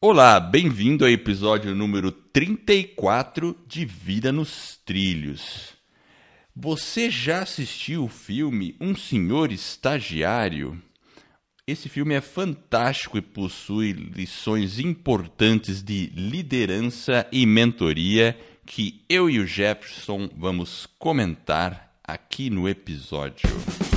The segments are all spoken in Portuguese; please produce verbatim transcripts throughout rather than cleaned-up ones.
Olá, bem-vindo ao episódio número trinta e quatro de Vida nos Trilhos. Você já assistiu o filme Um Senhor Estagiário? Esse filme é fantástico e possui lições importantes de liderança e mentoria que eu e o Jefferson vamos comentar aqui no episódio.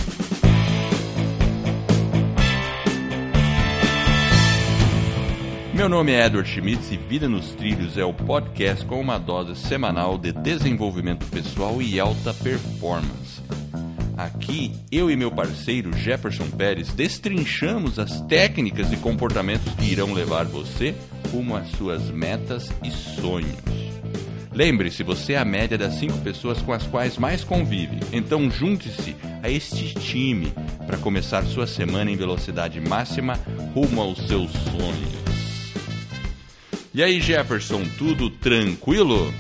Meu nome é Edward Schmitz e Vida nos Trilhos é o podcast com uma dose semanal de desenvolvimento pessoal e alta performance. Aqui, eu e meu parceiro Jefferson Pérez destrinchamos as técnicas e comportamentos que irão levar você rumo às suas metas e sonhos. Lembre-se, você é a média das cinco pessoas com as quais mais convive, então junte-se a este time para começar sua semana em velocidade máxima rumo aos seus sonhos. E aí, Jefferson, tudo tranquilo?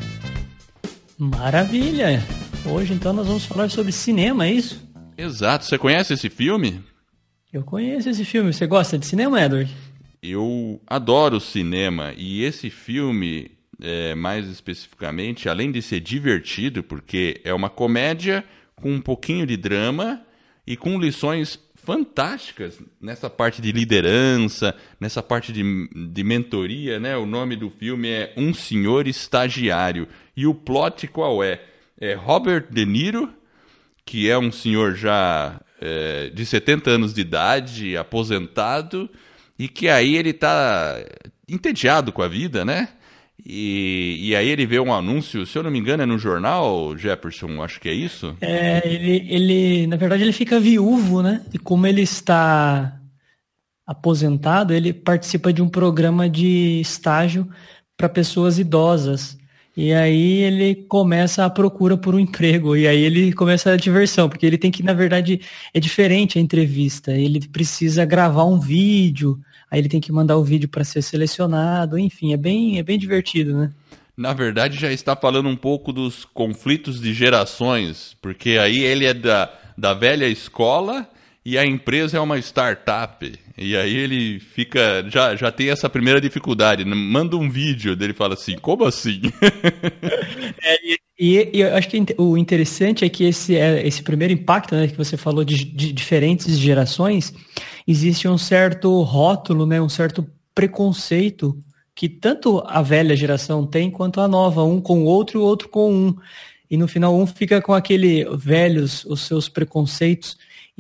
Maravilha! Hoje, então, nós vamos falar sobre cinema, é isso? Exato. Você conhece esse filme? Eu conheço esse filme. Você gosta de cinema, Edward? Eu adoro cinema. E esse filme, é, mais especificamente, além de ser divertido, porque é uma comédia com um pouquinho de drama e com lições fantásticas nessa parte de liderança, nessa parte de, de mentoria, né? O nome do filme é Um Senhor Estagiário. E o plot qual é? É Robert De Niro, que é um senhor já é, de setenta anos de idade, aposentado, e que aí ele está entediado com a vida, né? E, e aí ele vê um anúncio, se eu não me engano é no jornal, Jefferson, acho que é isso? É, ele, ele, na verdade, ele fica viúvo, né? E como ele está aposentado, ele participa de um programa de estágio para pessoas idosas. E aí ele começa a procura por um emprego, e aí ele começa a diversão, porque ele tem que, na verdade, é diferente a entrevista, ele precisa gravar um vídeo, aí ele tem que mandar o vídeo para ser selecionado, enfim, é bem, é bem divertido, né? Na verdade, já está falando um pouco dos conflitos de gerações, porque aí ele é da, da velha escola e a empresa é uma startup. E aí ele fica, já, já tem essa primeira dificuldade. Manda um vídeo dele e fala assim, como assim? É, e, e eu acho que o interessante é que esse, esse primeiro impacto, né, que você falou de, de diferentes gerações, existe um certo rótulo, né, um certo preconceito que tanto a velha geração tem quanto a nova, um com o outro e o outro com um. E no final um fica com aquele velhos, os seus preconceitos,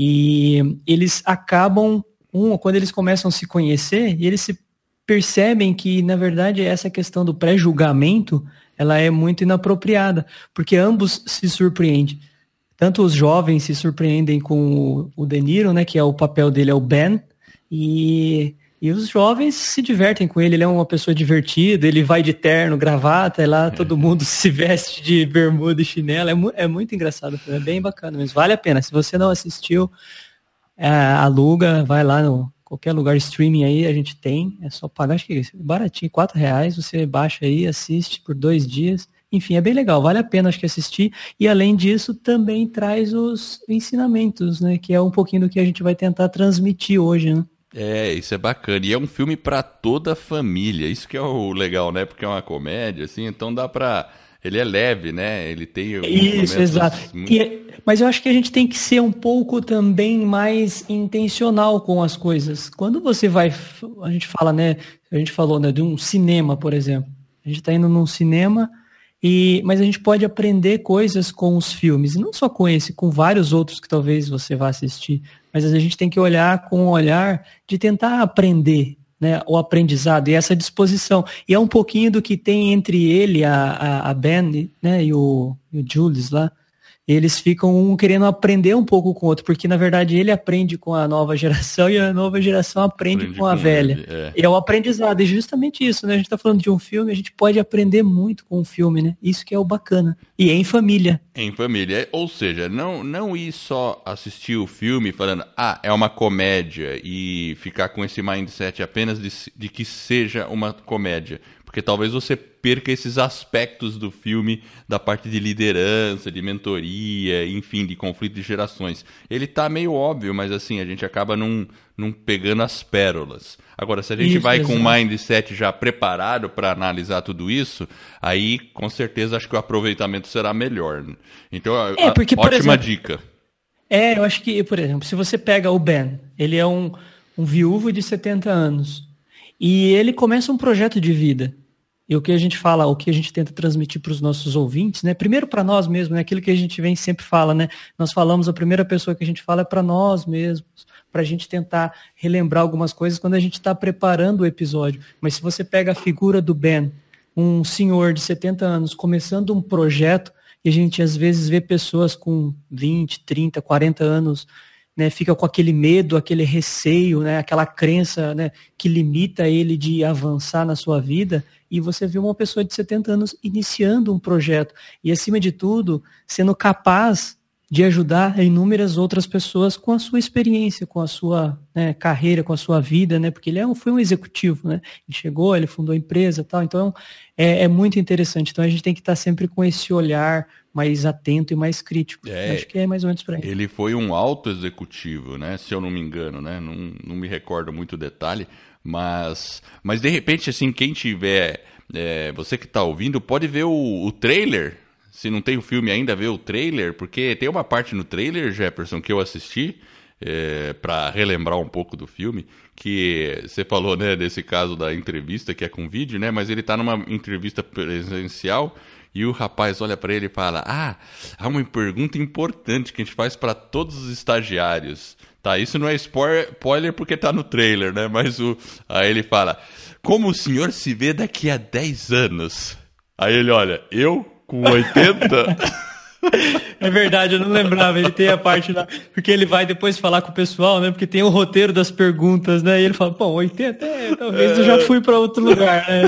e eles acabam, um, quando eles começam a se conhecer, e eles se percebem que, na verdade, essa questão do pré-julgamento, ela é muito inapropriada, porque ambos se surpreendem. Tanto os jovens se surpreendem com o De Niro, né, que é o papel dele, é o Ben, e, e os jovens se divertem com ele, ele é uma pessoa divertida, ele vai de terno, gravata, e lá todo mundo se veste de bermuda e chinelo, é, mu- é muito engraçado, é bem bacana, mas vale a pena. Se você não assistiu, é, aluga, vai lá no qualquer lugar streaming aí, a gente tem, é só pagar, acho que é baratinho, quatro reais, você baixa aí, assiste por dois dias, enfim, é bem legal, vale a pena, acho que assistir, e além disso, também traz os ensinamentos, né, que é um pouquinho do que a gente vai tentar transmitir hoje, né. É, isso é bacana. E é um filme para toda a família. Isso que é o legal, né? Porque é uma comédia, assim, então dá pra... Ele é leve, né? Ele tem alguns Isso, momentos exato. muito... E, mas eu acho que a gente tem que ser um pouco também mais intencional com as coisas. Quando você vai, a gente fala, né? A gente falou, né, de um cinema, por exemplo. A gente está indo num cinema, e, mas a gente pode aprender coisas com os filmes. E não só com esse, com vários outros que talvez você vá assistir. Mas a gente tem que olhar com um olhar de tentar aprender, né, o aprendizado e essa disposição. E é um pouquinho do que tem entre ele, a, a, a Ben, né, e o, e o Jules lá. Eles ficam um querendo aprender um pouco com o outro, porque na verdade ele aprende com a nova geração e a nova geração aprende, Aprende com a com velha. ele, é. E é o aprendizado, e justamente isso, né? A gente está falando de um filme, a gente pode aprender muito com o filme, né? Isso que é o bacana. E é em família. Em família. Ou seja, não, não ir só assistir o filme falando, ah, é uma comédia, e ficar com esse mindset apenas de, de que seja uma comédia. porque talvez você perca esses aspectos do filme, da parte de liderança, de mentoria, enfim, de conflito de gerações. Ele tá meio óbvio, mas assim, a gente acaba não, não pegando as pérolas. Agora, se a gente Isso, vai com exato. um mindset já preparado para analisar tudo isso, aí com certeza acho que o aproveitamento será melhor. Então, É, porque, a, por ótima exemplo, dica. É, eu acho que, por exemplo, se você pega o Ben, ele é um, um viúvo de setenta anos e ele começa um projeto de vida. E o que a gente fala, o que a gente tenta transmitir para os nossos ouvintes, né? Primeiro para nós mesmos, né? Aquilo que a gente vem sempre fala, né? Nós falamos, a primeira pessoa que a gente fala é para nós mesmos, para a gente tentar relembrar algumas coisas quando a gente está preparando o episódio. Mas se você pega a figura do Ben, um senhor de setenta anos começando um projeto, e a gente às vezes vê pessoas com vinte, trinta, quarenta anos, né, fica com aquele medo, aquele receio, né, aquela crença, né, que limita ele de avançar na sua vida, e você vê uma pessoa de setenta anos iniciando um projeto e, acima de tudo, sendo capaz de ajudar inúmeras outras pessoas com a sua experiência, com a sua, né, carreira, com a sua vida, né, porque ele é um, foi um executivo, né, ele chegou, ele fundou a empresa e tal, então é, é muito interessante. Então a gente tem que estar sempre com esse olhar mais atento e mais crítico. É, acho que é mais ou menos por aí. Ele foi um alto executivo, né? Se eu não me engano, né? Não, não me recordo muito o detalhe, mas, mas de repente, assim, quem tiver, é, você que está ouvindo, pode ver o, o trailer. Se não tem o filme ainda, vê o trailer, porque tem uma parte no trailer, Jefferson, que eu assisti, é, para relembrar um pouco do filme, que você falou, né, desse caso da entrevista, que é com vídeo, né? Mas ele está numa entrevista presencial. E o rapaz olha para ele e fala: ah, há uma pergunta importante que a gente faz para todos os estagiários. Tá, isso não é spoiler porque tá no trailer, né? Mas o... aí ele fala: como o senhor se vê daqui a dez anos? Aí ele olha: eu com oitenta? É verdade, eu não lembrava. Ele tem a parte lá, porque ele vai depois falar com o pessoal, né? Porque tem o roteiro das perguntas, né? E ele fala: pô, oitenta, é, talvez eu já fui para outro lugar, né?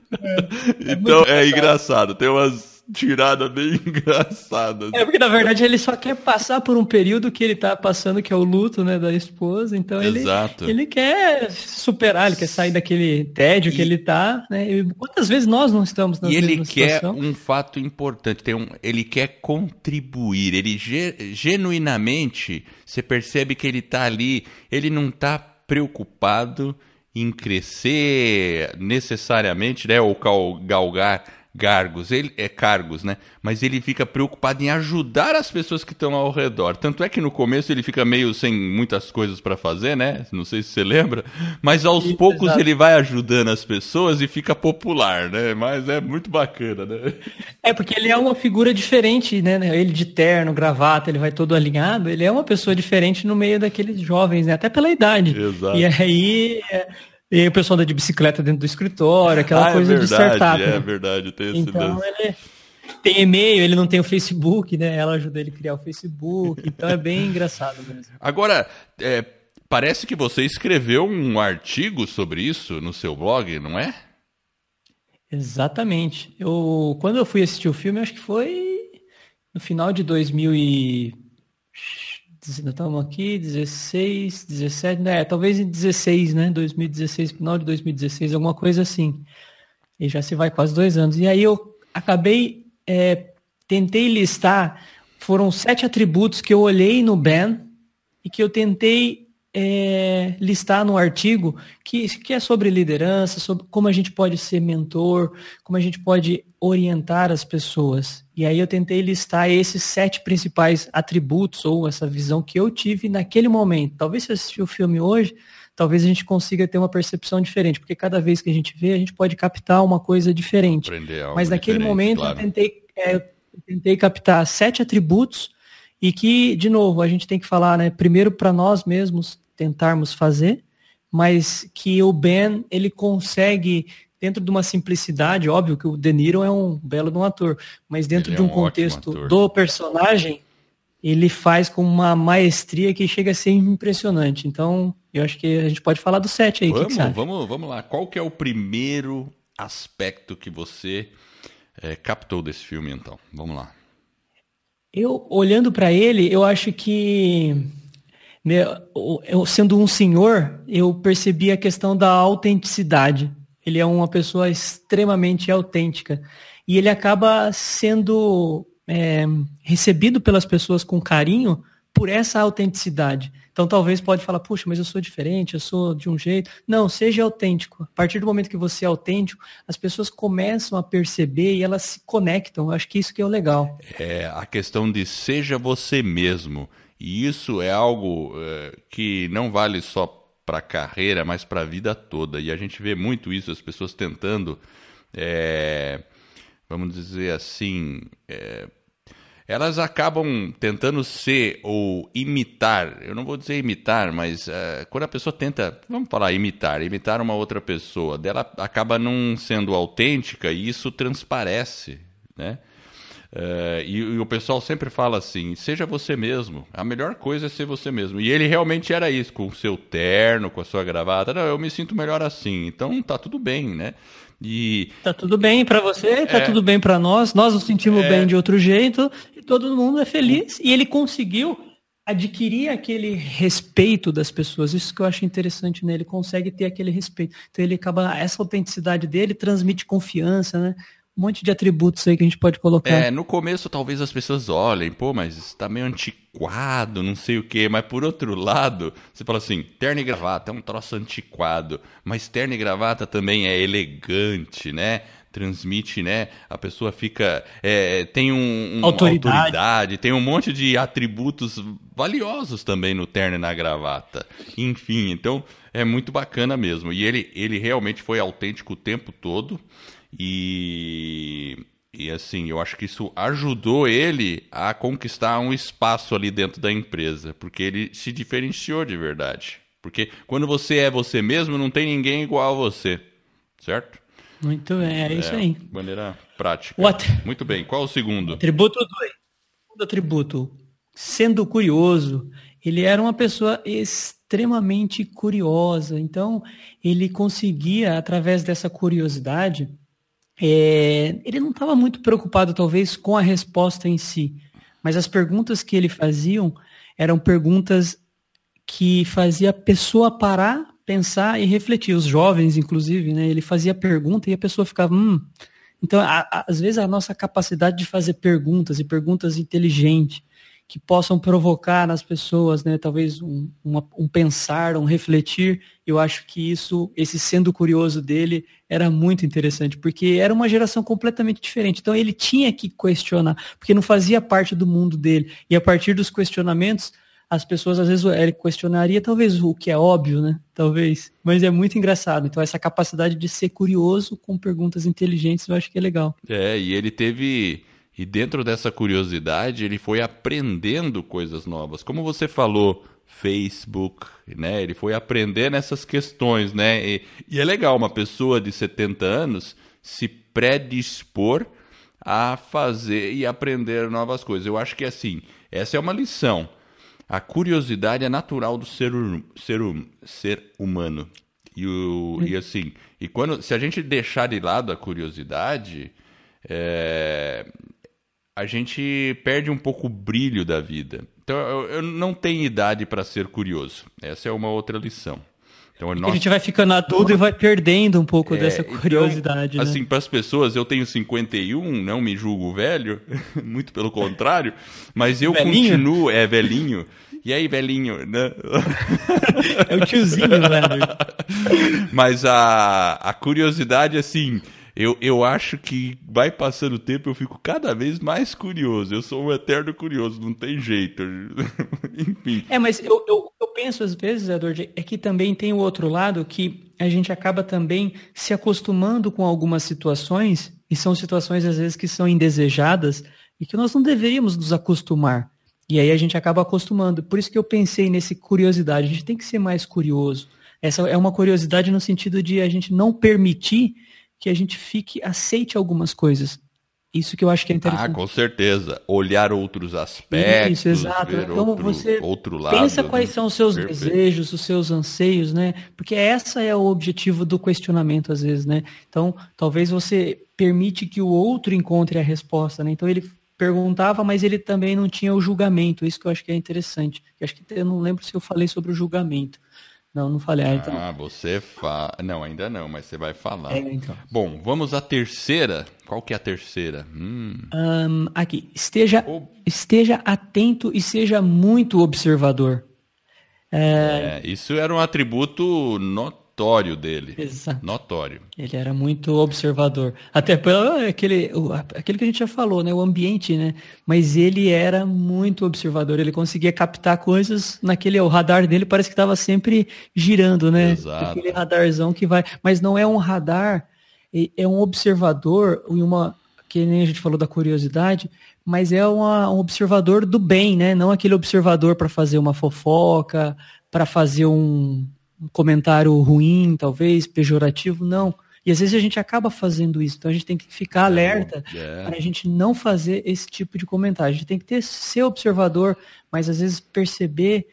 É, é então é engraçado, tem umas tiradas bem engraçadas. É porque na verdade ele só quer passar por um período que ele tá passando, que é o luto, né, da esposa. Então ele, Exato. ele quer superar, ele quer sair daquele tédio e, que ele tá, né? E quantas vezes nós não estamos na mesma situação? E ele quer um fato importante, tem um, ele quer contribuir, ele ge, genuinamente, você percebe que ele tá ali, ele não tá preocupado em crescer necessariamente, né, ou galgar cargos, ele é cargos, né? Mas ele fica preocupado em ajudar as pessoas que estão ao redor. Tanto é que no começo ele fica meio sem muitas coisas para fazer, né? Não sei se você lembra, mas aos Isso, poucos exato. Ele vai ajudando as pessoas e fica popular, né? Mas é muito bacana, né? É porque ele é uma figura diferente, né? Ele de terno, gravata, ele vai todo alinhado. Ele é uma pessoa diferente no meio daqueles jovens, né? Até pela idade. Exato. E aí E aí o pessoal anda de bicicleta dentro do escritório, aquela ah, coisa é verdade, de startup. É né? verdade, tem esse Então lance. Ele tem e-mail, ele não tem o Facebook, né? Ela ajuda ele a criar o Facebook, então é bem engraçado mesmo. Agora, é, parece que você escreveu um artigo sobre isso no seu blog, não é? Exatamente. Eu, quando eu fui assistir o filme, acho que foi no final de dois mil e... Estamos aqui, dezesseis, dezessete, né? Talvez em dezesseis, né? dois mil e dezesseis, final de dois mil e dezesseis, alguma coisa assim. E já se vai quase dois anos. E aí eu acabei, é, tentei listar, foram sete atributos que eu olhei no Ben e que eu tentei é, listar no artigo, que, que é sobre liderança, sobre como a gente pode ser mentor, como a gente pode orientar as pessoas. E aí eu tentei listar esses sete principais atributos ou essa visão que eu tive naquele momento. Talvez se eu assistir o filme hoje, talvez a gente consiga ter uma percepção diferente, porque cada vez que a gente vê, a gente pode captar uma coisa diferente. Mas naquele momento claro. eu, tentei, é, eu tentei captar sete atributos e que, de novo, a gente tem que falar, né, primeiro para nós mesmos tentarmos fazer, mas que o Ben, ele consegue, dentro de uma simplicidade, óbvio que o De Niro é um belo de um ator, mas dentro ele de um, é um contexto do personagem, ele faz com uma maestria que chega a ser impressionante. Então, eu acho que a gente pode falar do sete aí. Vamos, que que você acha? vamos, vamos lá. Qual que é o primeiro aspecto que você é, captou desse filme, então? Vamos lá. Eu, olhando para ele, eu acho que, meu, eu, sendo um senhor, eu percebi a questão da autenticidade. Ele é uma pessoa extremamente autêntica. E ele acaba sendo é, recebido pelas pessoas com carinho por essa autenticidade. Então talvez pode falar, puxa, mas eu sou diferente, eu sou de um jeito. Não, seja autêntico. A partir do momento que você é autêntico, as pessoas começam a perceber e elas se conectam. Eu acho que isso que é o legal. É a questão de seja você mesmo. E isso é algo é, que não vale só para a carreira, mas para a vida toda. E a gente vê muito isso, as pessoas tentando, é, vamos dizer assim, é, elas acabam tentando ser ou imitar, eu não vou dizer imitar, mas uh, quando a pessoa tenta, vamos falar imitar, imitar uma outra pessoa, dela acaba não sendo autêntica e isso transparece, né? Uh, e, e o pessoal sempre fala assim, seja você mesmo, a melhor coisa é ser você mesmo. E ele realmente era isso, com o seu terno, com a sua gravata, não, eu me sinto melhor assim, então tá tudo bem, né? E tá tudo bem para você, tá é, tudo bem para nós, nós nos sentimos é, bem de outro jeito e todo mundo é feliz. E ele conseguiu adquirir aquele respeito das pessoas. Isso que eu acho interessante, né? Ele consegue ter aquele respeito. Então ele acaba, essa autenticidade dele transmite confiança, né? Um monte de atributos aí que a gente pode colocar. É, no começo talvez as pessoas olhem, pô, mas isso tá meio antiquado, não sei o quê. Mas por outro lado, você fala assim, terno e gravata é um troço antiquado, mas terno e gravata também é elegante, né? Transmite, né? A pessoa fica, é, tem um, um autoridade. autoridade, tem um monte de atributos valiosos também no terno e na gravata. Enfim, então é muito bacana mesmo. E ele, ele realmente foi autêntico o tempo todo. E, e assim, eu acho que isso ajudou ele a conquistar um espaço ali dentro da empresa, porque ele se diferenciou de verdade. Porque quando você é você mesmo, não tem ninguém igual a você, certo? Muito bem, é, é isso aí. De maneira prática. What? Muito bem, qual o segundo? Atributo dois. Segundo atributo, sendo curioso, ele era uma pessoa extremamente curiosa, então ele conseguia, através dessa curiosidade, É, ele não estava muito preocupado, talvez, com a resposta em si, mas as perguntas que ele faziam eram perguntas que fazia a pessoa parar, pensar e refletir. Os jovens, inclusive, né? Ele fazia pergunta e a pessoa ficava, hum. Então, a, a, às vezes, a nossa capacidade de fazer perguntas e perguntas inteligentes que possam provocar nas pessoas, né, talvez um, uma, um pensar, um refletir, eu acho que isso, esse sendo curioso dele era muito interessante, porque era uma geração completamente diferente, então ele tinha que questionar, porque não fazia parte do mundo dele, e a partir dos questionamentos, as pessoas às vezes ele questionaria talvez o que é óbvio, né, talvez, mas é muito engraçado, então essa capacidade de ser curioso com perguntas inteligentes, eu acho que é legal. É, e ele teve... E dentro dessa curiosidade, ele foi aprendendo coisas novas. Como você falou, Facebook, né? Ele foi aprender nessas questões, né? E, e é legal uma pessoa de setenta anos se predispor a fazer e aprender novas coisas. Eu acho que, assim, essa é uma lição. A curiosidade é natural do ser, ser, ser humano. E, o, e assim, e quando, se a gente deixar de lado a curiosidade... É, a gente perde um pouco o brilho da vida. Então, eu, eu não tenho idade para ser curioso. Essa é uma outra lição. Então, nós... A gente vai ficando adulto e vai perdendo um pouco é, dessa curiosidade. Então, né? Assim, para as pessoas, eu tenho cinquenta e um, não me julgo velho, muito pelo contrário, mas eu velhinho? continuo, é velhinho. E aí, velhinho, né? É o tiozinho, velho. Mas a, a curiosidade, assim... Eu, eu acho que vai passando o tempo, eu fico cada vez mais curioso. Eu sou um eterno curioso, não tem jeito. Enfim. É, mas eu, eu, eu penso às vezes, Edward, é que também tem o outro lado que a gente acaba também se acostumando com algumas situações, e são situações às vezes que são indesejadas, e que nós não deveríamos nos acostumar. E aí a gente acaba acostumando. Por isso que eu pensei nesse curiosidade. A gente tem que ser mais curioso. Essa é uma curiosidade no sentido de a gente não permitir que a gente fique, aceite algumas coisas. Isso que eu acho que é interessante. Ah, com certeza. Olhar outros aspectos. Isso, exato. Ver então outro, você outro lado. Pensa quais são os seus Perfeito. desejos, os seus anseios, né? Porque essa é o objetivo do questionamento, às vezes, né? Então, talvez você permite que o outro encontre a resposta, né? Então, ele perguntava, mas ele também não tinha o julgamento. Isso que eu acho que é interessante. Eu acho que eu não lembro se eu falei sobre o julgamento. Não, não falei. Ah, então. Ah, você fala. Não, ainda não, mas você vai falar. É, então. Bom, vamos à terceira. Qual que é a terceira? Hum. Um, aqui, esteja, O- esteja atento e seja muito observador. É, isso era um atributo notório dele. Exato. Notório. Ele era muito observador. Até pelo aquele, o- aquele que a gente já falou, né? O ambiente, né? Mas ele era muito observador. Ele conseguia captar coisas naquele. O radar dele parece que estava sempre girando, né? Exato. Aquele radarzão que vai. Mas não é um radar, é é um observador e uma. Que nem a gente falou da curiosidade, mas é uma- um observador do bem, né? Não aquele observador para fazer uma fofoca, para fazer um, um comentário ruim, talvez, pejorativo, não. E às vezes a gente acaba fazendo isso, então a gente tem que ficar alerta É. para a gente não fazer esse tipo de comentário. A gente tem que ter ser observador, mas às vezes perceber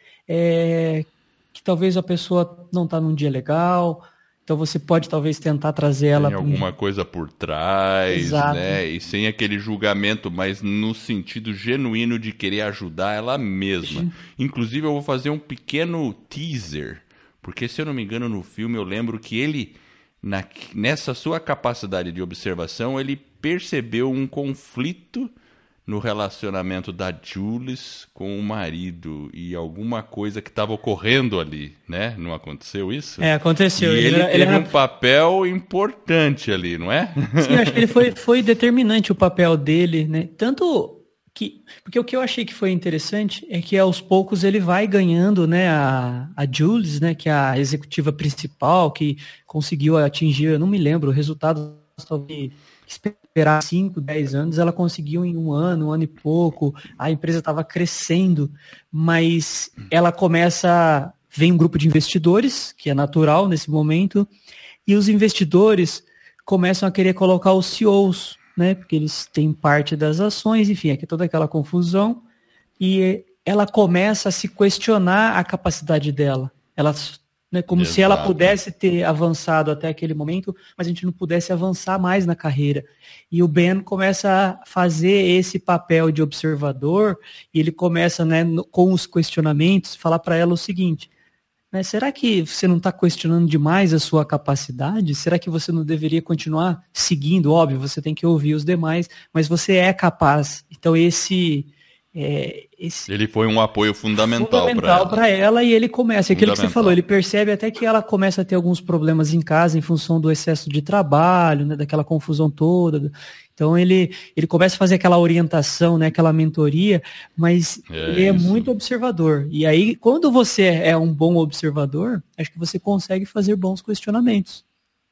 é, que talvez a pessoa não está num dia legal, então você pode talvez tentar trazer ela Tem para um. alguma coisa por trás, Exato. né? E sem aquele julgamento, mas no sentido genuíno de querer ajudar ela mesma. Inclusive, eu vou fazer um pequeno teaser, porque se eu não me engano, no filme eu lembro que ele, na- nessa sua capacidade de observação, ele percebeu um conflito no relacionamento da Jules com o marido e alguma coisa que estava ocorrendo ali, né? Não aconteceu isso? É, aconteceu. E Ele ele, era- ele teve era- um papel importante ali, não é? Sim, eu acho que ele foi, foi determinante o papel dele, né? Tanto que. Porque o que eu achei que foi interessante é que aos poucos ele vai ganhando, né, a, a Jules, né, que é a executiva principal, que conseguiu atingir, eu não me lembro, o resultado talvez esperar cinco, dez anos, ela conseguiu em um ano, um ano e pouco, a empresa estava crescendo, mas ela começa. Vem um grupo de investidores, que é natural nesse momento, e os investidores começam a querer colocar os C E Os, né? Porque eles têm parte das ações, enfim, é que toda aquela confusão. E ela começa a se questionar a capacidade dela. Ela, né, como se ela Exato. pudesse ter avançado até aquele momento, mas a gente não pudesse avançar mais na carreira. E o Ben começa a fazer esse papel de observador, e ele começa, né, no- com os questionamentos, falar para ela o seguinte: né, será que você não está questionando demais a sua capacidade? Será que você não deveria continuar seguindo? Óbvio, você tem que ouvir os demais, mas você é capaz. Então esse é, esse Ele foi um apoio fundamental, fundamental para para ela. E ele começa, aquilo que você Fundamental. falou, ele percebe até que ela começa a ter alguns problemas em casa em função do excesso de trabalho, né, daquela confusão toda. Então ele, ele começa a fazer aquela orientação, né, aquela mentoria, mas É ele é isso. muito observador. E aí, quando você é um bom observador, acho que você consegue fazer bons questionamentos.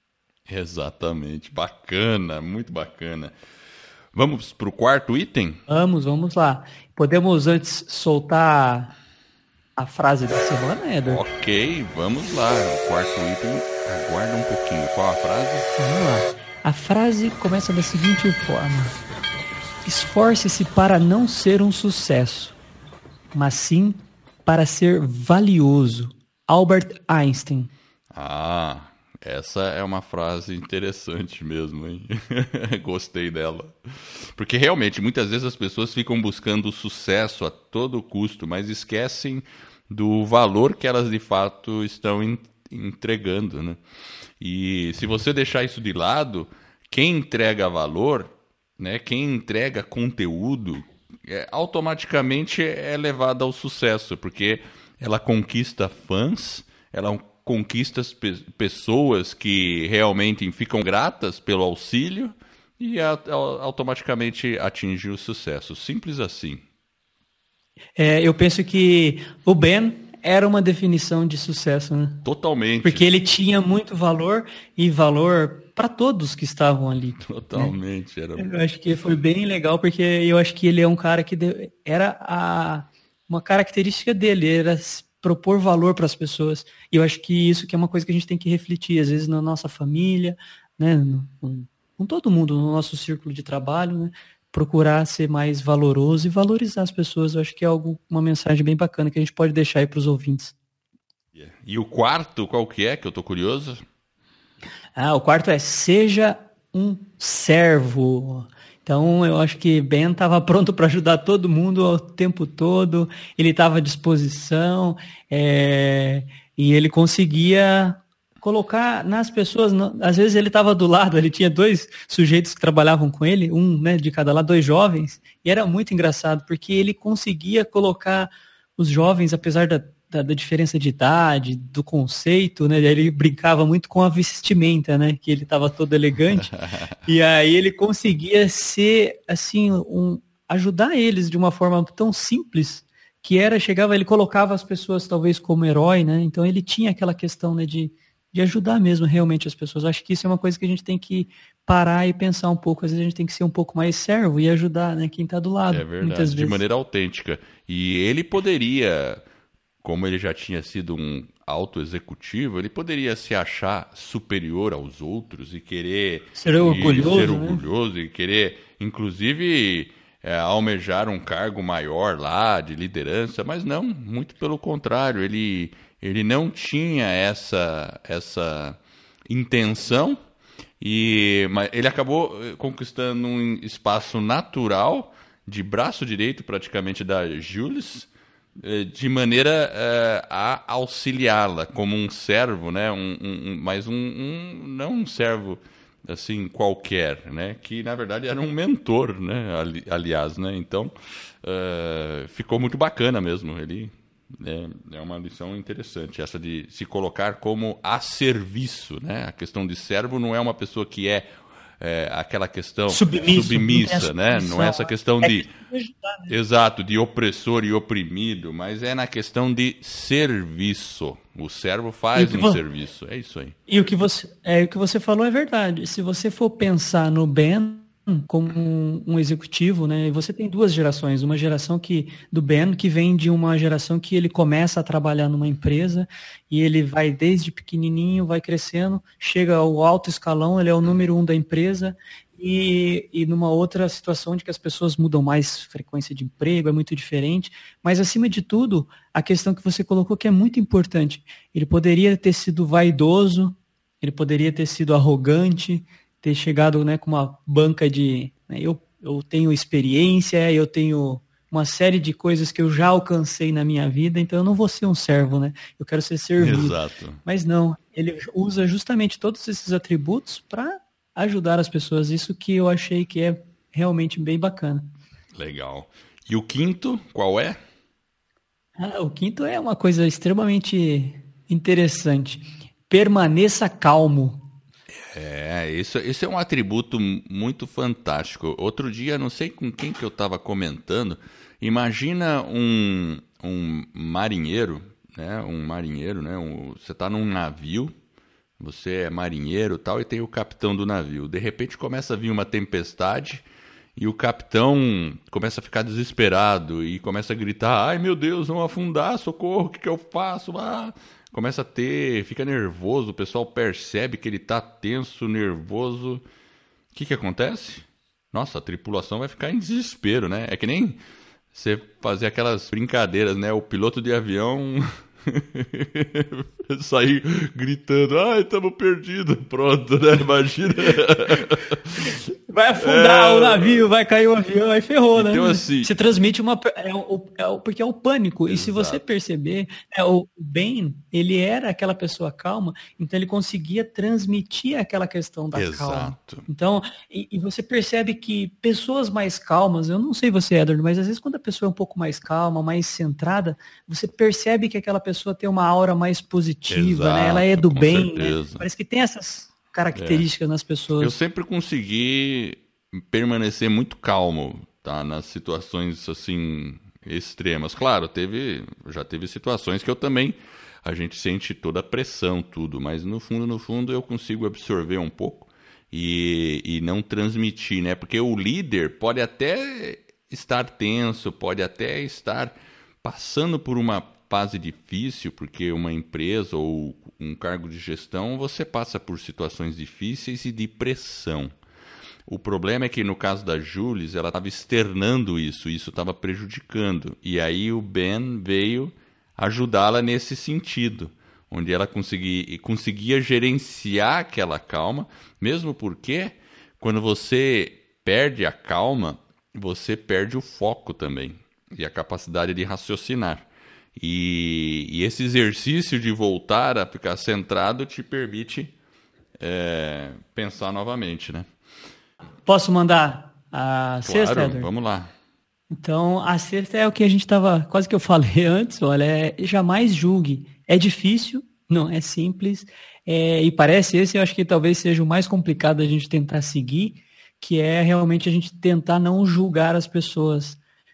Exatamente. Bacana, muito bacana. Vamos para o quarto item? Vamos, vamos lá. Podemos antes soltar a frase da semana, Eder? Ok, vamos lá. O quarto item, aguarda um pouquinho. Qual a frase? Vamos lá. A frase começa da seguinte forma: esforce-se para não ser um sucesso, mas sim para ser valioso. Albert Einstein. Ah, essa é uma frase interessante mesmo, hein? Gostei dela. Porque realmente, muitas vezes as pessoas ficam buscando o sucesso a todo custo, mas esquecem do valor que elas de fato estão en- entregando, né? E se você deixar isso de lado, quem entrega valor, né, quem entrega conteúdo, é, automaticamente é levada ao sucesso, porque ela conquista fãs, ela conquista as pe- pessoas que realmente ficam gratas pelo auxílio e a- a- automaticamente atinge o sucesso. Simples assim. É, eu penso que o Ben era uma definição de sucesso, né? Totalmente. Porque ele tinha muito valor e valor para todos que estavam ali. Totalmente. Era... Eu acho que foi bem legal, porque eu acho que ele é um cara que deu- era a, uma característica dele, era s- propor valor para as pessoas. E eu acho que isso que é uma coisa que a gente tem que refletir, às vezes na nossa família, né, no- com, com todo mundo, no nosso círculo de trabalho, né, procurar ser mais valoroso e valorizar as pessoas. Eu acho que é algo, uma mensagem bem bacana que a gente pode deixar aí para os ouvintes. E o quarto, qual que é, que eu tô curioso? Ah, o quarto é seja um servo. Então, eu acho que Ben estava pronto para ajudar todo mundo o tempo todo, ele estava à disposição, é, E ele conseguia colocar nas pessoas, às vezes ele estava do lado, ele tinha dois sujeitos que trabalhavam com ele, um, né, de cada lado, dois jovens, e era muito engraçado, porque ele conseguia colocar os jovens, apesar da, da, da diferença de idade, do conceito, né, ele brincava muito com a vestimenta, né, que ele estava todo elegante, e aí ele conseguia ser, assim, um, ajudar eles de uma forma tão simples, que era, chegava, ele colocava as pessoas talvez como herói, né, então ele tinha aquela questão, né, de de ajudar mesmo realmente as pessoas. Acho que isso é uma coisa que a gente tem que parar e pensar um pouco. Às vezes a gente tem que ser um pouco mais servo e ajudar, né, quem está do lado. É verdade, muitas de vezes. maneira autêntica. E ele poderia, como ele já tinha sido um alto executivo, ele poderia se achar superior aos outros e querer Ser e orgulhoso, ser né? orgulhoso e querer, inclusive, é, almejar um cargo maior lá de liderança, mas não, muito pelo contrário, ele, ele não tinha essa, essa intenção. E mas ele acabou eh, conquistando um espaço natural de braço direito praticamente da Jules, eh, de maneira eh, a auxiliá-la como um servo, né? Um, um, um- mas um, um- não um servo assim qualquer, né? Que na verdade era um mentor, né? Ali- aliás, né? Então eh, ficou muito bacana mesmo. Ele é, é uma lição interessante, essa de se colocar como a serviço, né? A questão de servo não é uma pessoa que é, é, aquela questão Submisso. submissa, né? Não é essa questão É de, que ajudar, né? exato, de opressor e oprimido, mas é na questão de serviço. O servo E o faz que, um vo- serviço, é isso aí. e o que você, é, o que você falou é verdade. Se você for pensar no Ben como um, um executivo, né? Você tem duas gerações, uma geração que do Ben que vem de uma geração que ele começa a trabalhar numa empresa e ele vai desde pequenininho, vai crescendo, chega ao alto escalão, ele é o número um da empresa. E, e numa outra situação de que as pessoas mudam mais frequência de emprego, é muito diferente. Mas, acima de tudo, a questão que você colocou que é muito importante. Ele poderia ter sido vaidoso, ele poderia ter sido arrogante, ter chegado, né, com uma banca de, né, eu, eu tenho experiência, eu tenho uma série de coisas que eu já alcancei na minha vida, então eu não vou ser um servo, né? Eu quero ser servido. Exato. Mas não, ele usa justamente todos esses atributos para ajudar as pessoas. Isso que eu achei que é realmente bem bacana. Legal. E o quinto, qual é? Ah, o quinto é uma coisa extremamente interessante. Permaneça calmo. É, isso, isso é um atributo muito fantástico. Outro dia, não sei com quem que eu estava comentando, imagina um, um marinheiro, né? Um marinheiro, né? Um, você está num navio, você é marinheiro e tal, e tem o capitão do navio. De repente começa a vir uma tempestade e o capitão começa a ficar desesperado e começa a gritar: ai meu Deus, vão afundar, socorro, o que que eu faço? Ah! Começa a ter, fica nervoso, o pessoal percebe que ele está tenso, nervoso. O que que acontece? Nossa, a tripulação vai ficar em desespero, né? É que nem você fazer aquelas brincadeiras, né? O piloto de avião sair gritando: ai, estamos perdidos. Pronto, né? Imagina. Vai afundar É, o navio, vai cair o avião, aí ferrou, né? então, assim, Você transmite uma. É o, é o- porque é o pânico. E se você exato, perceber, é, o Ben, ele era aquela pessoa calma, então ele conseguia transmitir aquela questão da calma. exato. Então, e, e você percebe que pessoas mais calmas, eu não sei você, Edward, mas às vezes quando a pessoa é um pouco mais calma, mais centrada, você percebe que aquela pessoa tem uma aura mais positiva, né? Ela é Exato, do com bem, né? certeza. Parece que tem essas É. características nas Eu pessoas. sempre consegui permanecer muito calmo, tá? Nas situações assim extremas. Claro, teve, já teve situações que eu também a gente sente toda a pressão, tudo, mas no fundo, no fundo eu consigo absorver um pouco e, e não transmitir, né? Porque o líder pode até estar tenso, pode até estar passando por uma fase difícil, porque uma empresa ou um cargo de gestão, você passa por situações difíceis e de pressão. O problema é que no caso da Jules, ela estava externando isso, isso estava prejudicando. E aí o Ben veio ajudá-la nesse sentido, onde ela conseguia, conseguia gerenciar aquela calma, mesmo porque quando você perde a calma, você perde o foco também e a capacidade de raciocinar. E, e esse exercício de voltar a ficar centrado te permite é, pensar novamente, né? Posso mandar a sexta, Claro, Edward? vamos lá. Então, a sexta é o que a gente estava, quase que eu falei antes, olha, é, jamais julgue. É difícil, não é simples, é, e parece esse, eu acho que talvez seja o mais complicado a gente tentar seguir, que é realmente a gente tentar não julgar as pessoas.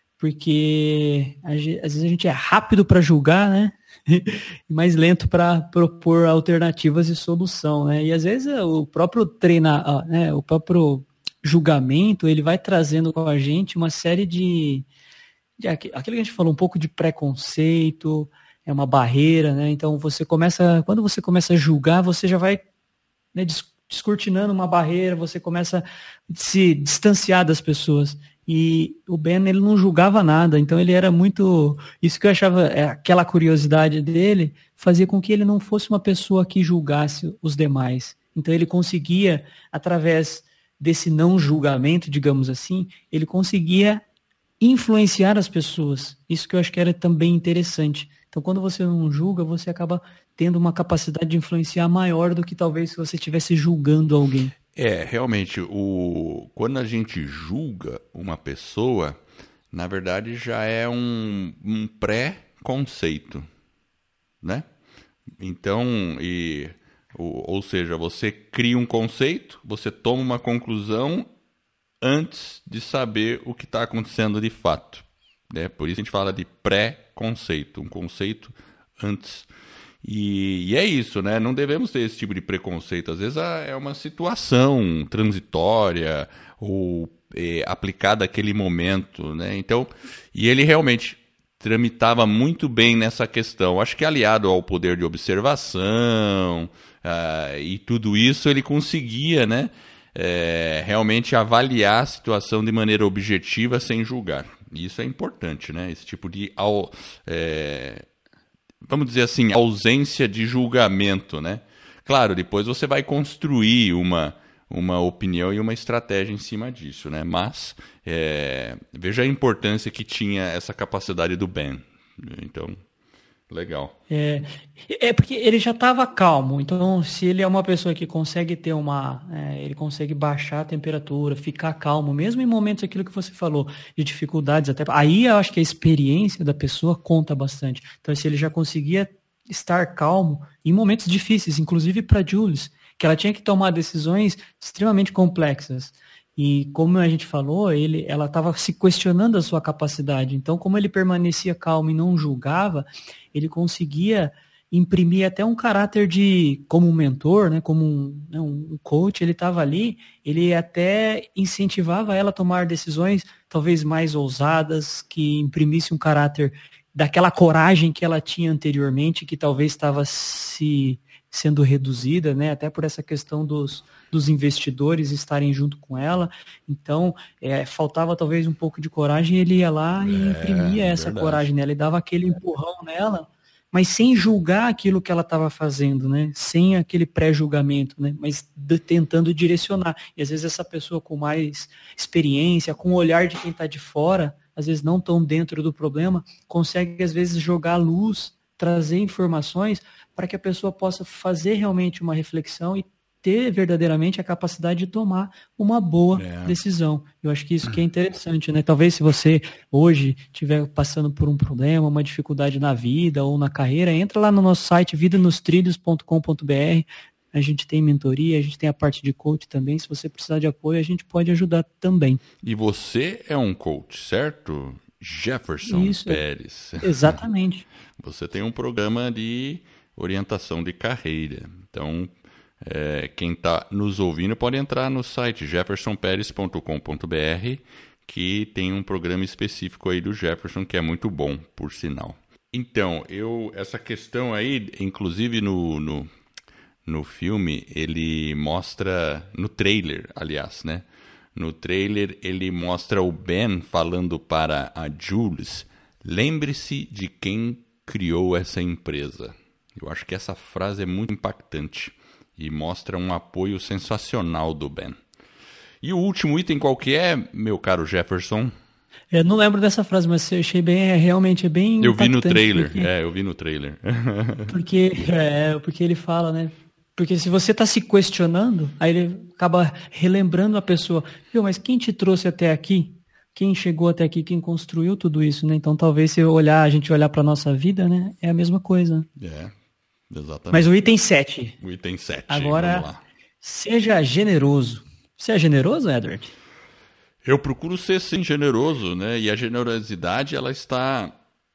Porque às vezes a gente é rápido para julgar, né? E mais lento para propor alternativas e solução, né? E às vezes o próprio treinar, né? O próprio julgamento, ele vai trazendo com a gente uma série de, de aquilo que a gente falou, um pouco de preconceito, é uma barreira, né? Então você começa, quando você começa a julgar, você já vai, né, descortinando uma barreira, você começa a se distanciar das pessoas. E o Ben, ele não julgava nada, então ele era muito... Isso que eu achava, aquela curiosidade dele, fazia com que ele não fosse uma pessoa que julgasse os demais. Então ele conseguia, através desse não julgamento, digamos assim, ele conseguia influenciar as pessoas. Isso que eu acho que era também interessante. Então quando você não julga, você acaba tendo uma capacidade de influenciar maior do que talvez se você estivesse julgando alguém. É, realmente, o... quando a gente julga uma pessoa, na verdade já é um, um pré-conceito, né? Então, e, o, ou seja, você cria um conceito, você toma uma conclusão antes de saber o que está acontecendo de fato, né? Por isso a gente fala de pré-conceito, um conceito antes. E, e é isso, né? Não devemos ter esse tipo de preconceito. Às vezes é uma situação transitória ou é, aplicada àquele momento, né? Então, e ele realmente tramitava muito bem nessa questão. Acho que aliado ao poder de observação uh, e tudo isso, ele conseguia, né? É, realmente avaliar a situação de maneira objetiva sem julgar. E isso é importante, né? Esse tipo de... Ao, é, vamos dizer assim, ausência de julgamento, né? Claro, depois você vai construir uma, uma opinião e uma estratégia em cima disso, né? Mas é, veja a importância que tinha essa capacidade do Ben. Então, legal. É, é porque ele já estava calmo, então se ele é uma pessoa que consegue ter uma, é, ele consegue baixar a temperatura, ficar calmo, mesmo em momentos aquilo que você falou, de dificuldades, até aí eu acho que a experiência da pessoa conta bastante. Então se ele já conseguia estar calmo em momentos difíceis, inclusive para Jules, que ela tinha que tomar decisões extremamente complexas. E como a gente falou, ele, ela estava se questionando a sua capacidade. Então, como ele permanecia calmo e não julgava, ele conseguia imprimir até um caráter de, como um mentor, né, como um, né, um coach, ele estava ali, ele até incentivava ela a tomar decisões talvez mais ousadas, que imprimisse um caráter daquela coragem que ela tinha anteriormente, que talvez estava se sendo reduzida, né, até por essa questão dos, dos investidores estarem junto com ela. Então, é, faltava talvez um pouco de coragem, ele ia lá e imprimia É, essa verdade. coragem nela, ele dava aquele empurrão nela, mas sem julgar aquilo que ela estava fazendo, né, sem aquele pré-julgamento, né, mas de, tentando direcionar. E às vezes essa pessoa com mais experiência, com o olhar de quem está de fora, às vezes não tão dentro do problema, consegue às vezes jogar luz, trazer informações para que a pessoa possa fazer realmente uma reflexão e ter verdadeiramente a capacidade de tomar uma boa É. decisão. Eu acho que isso que é interessante, né? Talvez se você hoje estiver passando por um problema, uma dificuldade na vida ou na carreira, entra lá no nosso site vida nos trilhos ponto com ponto b r. A gente tem mentoria, a gente tem a parte de coach também. Se você precisar de apoio, a gente pode ajudar também. E você é um coach, certo? Jefferson Isso, Pérez. Exatamente. Você tem um programa de orientação de carreira. Então, é, quem está nos ouvindo pode entrar no site jefferson pérez ponto com ponto b r, que tem um programa específico aí do Jefferson, que é muito bom, por sinal. Então, eu essa questão aí, inclusive no, no, no filme, ele mostra, no trailer, aliás, né? No trailer, ele mostra o Ben falando para a Jules, lembre-se de quem criou essa empresa. Eu acho que essa frase é muito impactante e mostra um apoio sensacional do Ben. E o último item qual que é, meu caro Jefferson? Eu não lembro dessa frase, mas eu achei bem, é, realmente é bem Eu vi no impactante, trailer, porque, é, eu vi no trailer. porque, é, porque ele fala, né? Porque se você está se questionando, aí ele acaba relembrando a pessoa, viu, mas quem te trouxe até aqui? Quem chegou até aqui? Quem construiu tudo isso, né? Então talvez se eu olhar, a gente olhar para nossa vida, né? É a mesma coisa. É, Mas o exatamente. item sete. O item sete, vamos Agora, lá. seja generoso. Você é generoso, Edward? Eu procuro ser sim generoso, né? E a generosidade ela está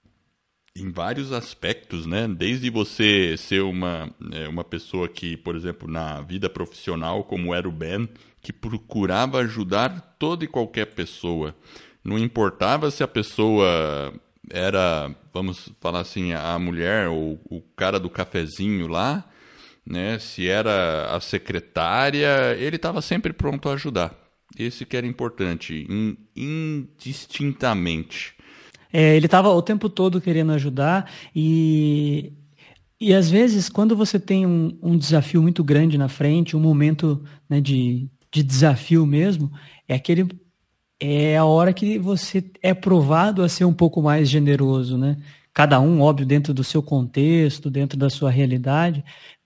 em vários aspectos, né? Desde você ser uma, é, uma pessoa que, por exemplo, na vida profissional, como era o Ben, que procurava ajudar toda e qualquer pessoa. Não importava se a pessoa era, vamos falar assim, a mulher ou o cara do cafezinho lá, né? Se era a secretária, ele estava sempre pronto a ajudar. Esse que era importante, in- indistintamente. É, ele estava o tempo todo querendo ajudar e, e às vezes, quando você tem um, um desafio muito grande na frente, um momento, né, de, de desafio mesmo, é aquele é a hora que você é provado a ser um pouco mais generoso, né? Cada um, óbvio, dentro do seu contexto, dentro da sua realidade,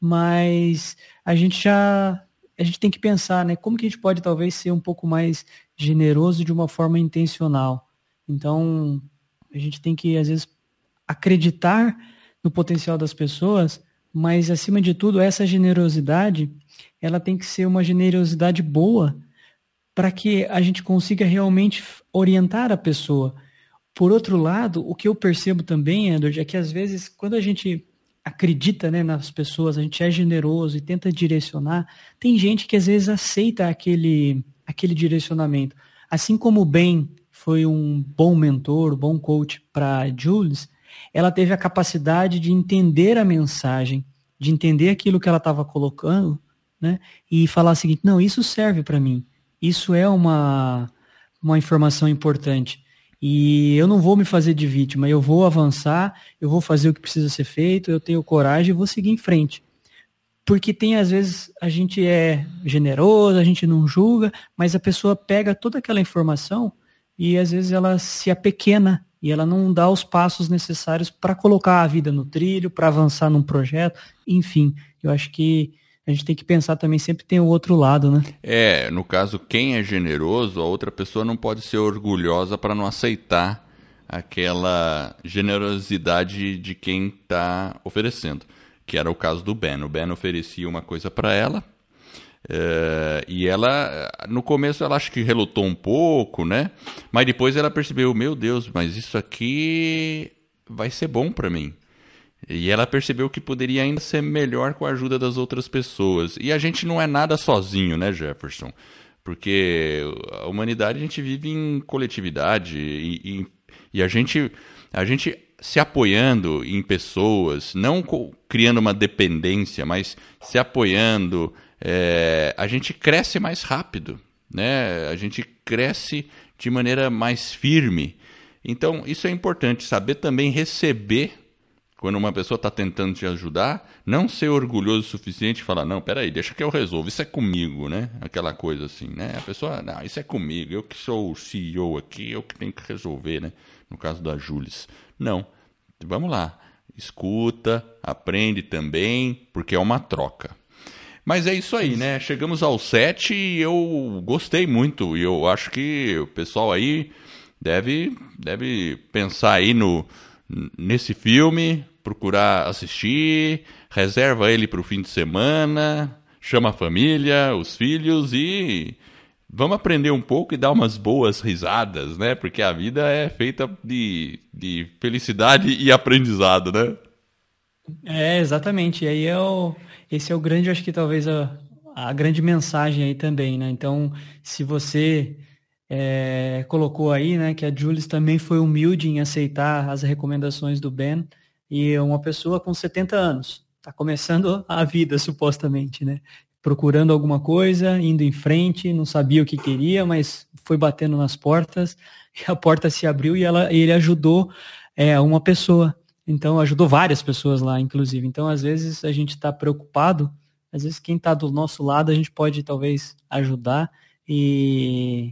mas a gente já a gente tem que pensar, né? Como que a gente pode talvez ser um pouco mais generoso de uma forma intencional? Então, a gente tem que às vezes acreditar no potencial das pessoas, mas acima de tudo, essa generosidade, ela tem que ser uma generosidade boa para que a gente consiga realmente orientar a pessoa. Por outro lado, o que eu percebo também, Edward, é que às vezes, quando a gente acredita, né, nas pessoas, a gente é generoso e tenta direcionar, tem gente que às vezes aceita aquele, aquele direcionamento. Assim como o Ben foi um bom mentor, um bom coach para Jules, ela teve a capacidade de entender a mensagem, de entender aquilo que ela estava colocando, né, e falar o seguinte: não, isso serve para mim. Isso é uma, uma informação importante. E eu não vou me fazer de vítima, eu vou avançar, eu vou fazer o que precisa ser feito, eu tenho coragem e vou seguir em frente. Porque tem, às vezes, a gente é generoso, a gente não julga, mas a pessoa pega toda aquela informação e às vezes ela se apequena e ela não dá os passos necessários para colocar a vida no trilho, para avançar num projeto, enfim. Eu acho que a gente tem que pensar também, sempre tem o outro lado, né? É, no caso, quem é generoso, a outra pessoa não pode ser orgulhosa para não aceitar aquela generosidade de quem está oferecendo, que era o caso do Ben. O Ben oferecia uma coisa para ela, é, e ela, no começo, ela acho que relutou um pouco, né? Mas depois ela percebeu, meu Deus, mas isso aqui vai ser bom para mim. E ela percebeu que poderia ainda ser melhor com a ajuda das outras pessoas. E a gente não é nada sozinho, né, Jefferson? Porque a humanidade a gente vive em coletividade e, e, e a gente a gente se apoiando em pessoas, não co- criando uma dependência, mas se apoiando, é, a gente cresce mais rápido, né? A gente cresce de maneira mais firme. Então, isso é importante, saber também receber quando uma pessoa está tentando te ajudar, não ser orgulhoso o suficiente e falar, não, peraí, deixa que eu resolvo, isso é comigo, né? Aquela coisa assim, né? A pessoa, não, isso é comigo, eu que sou o C E O aqui, eu que tenho que resolver, né? No caso da Jules. Não, vamos lá, escuta, aprende também, porque é uma troca. Mas é isso aí, né? Chegamos ao sete e eu gostei muito, e eu acho que o pessoal aí deve, deve pensar aí no, nesse filme, procurar assistir, reserva ele para o fim de semana, chama a família, os filhos e vamos aprender um pouco e dar umas boas risadas, né? Porque a vida é feita de, de felicidade e aprendizado, né? É, exatamente. E aí é o, esse é o grande, acho que talvez a, a grande mensagem aí também, né? Então, se você é, colocou aí, né, que a Jules também foi humilde em aceitar as recomendações do Ben, e é uma pessoa com setenta anos, está começando a vida, supostamente, né? Procurando alguma coisa, indo em frente, não sabia o que queria, mas foi batendo nas portas, e a porta se abriu e, ela, e ele ajudou é, uma pessoa. Então, ajudou várias pessoas lá, inclusive. Então, às vezes, a gente está preocupado, às vezes, quem está do nosso lado, a gente pode talvez ajudar e,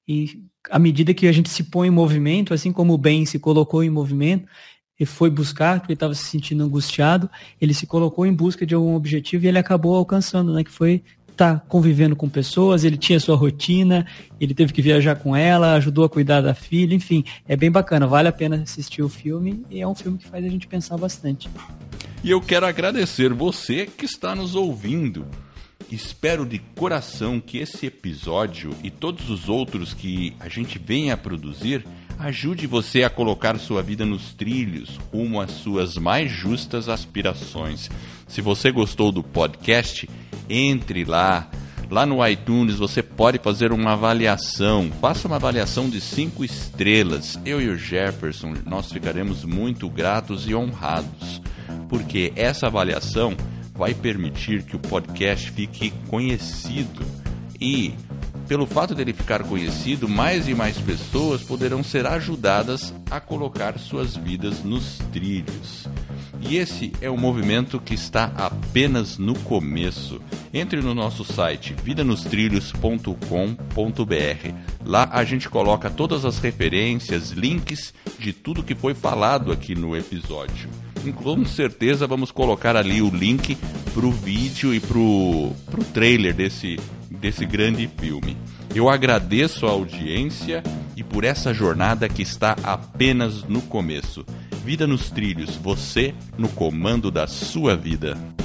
E à medida que a gente se põe em movimento, assim como o Ben se colocou em movimento, e foi buscar, porque estava se sentindo angustiado, ele se colocou em busca de algum objetivo e ele acabou alcançando, né? Que foi estar tá convivendo com pessoas, ele tinha sua rotina, ele teve que viajar com ela, ajudou a cuidar da filha, enfim, é bem bacana, vale a pena assistir o filme e é um filme que faz a gente pensar bastante. E eu quero agradecer você que está nos ouvindo. Espero de coração que esse episódio e todos os outros que a gente venha a produzir ajude você a colocar sua vida nos trilhos rumo às suas mais justas aspirações. Se você gostou do podcast, entre lá. Lá no iTunes você pode fazer uma avaliação. Faça uma avaliação de cinco estrelas. Eu e o Jefferson, nós ficaremos muito gratos e honrados, porque essa avaliação vai permitir que o podcast fique conhecido. E, pelo fato dele ficar conhecido, mais e mais pessoas poderão ser ajudadas a colocar suas vidas nos trilhos. E esse é um movimento que está apenas no começo. Entre no nosso site vida nos trilhos ponto com ponto b r. Lá a gente coloca todas as referências, links de tudo que foi falado aqui no episódio. E com certeza vamos colocar ali o link para o vídeo e para o trailer desse, desse grande filme. Eu agradeço a audiência e por essa jornada que está apenas no começo. Vida nos trilhos, você no comando da sua vida.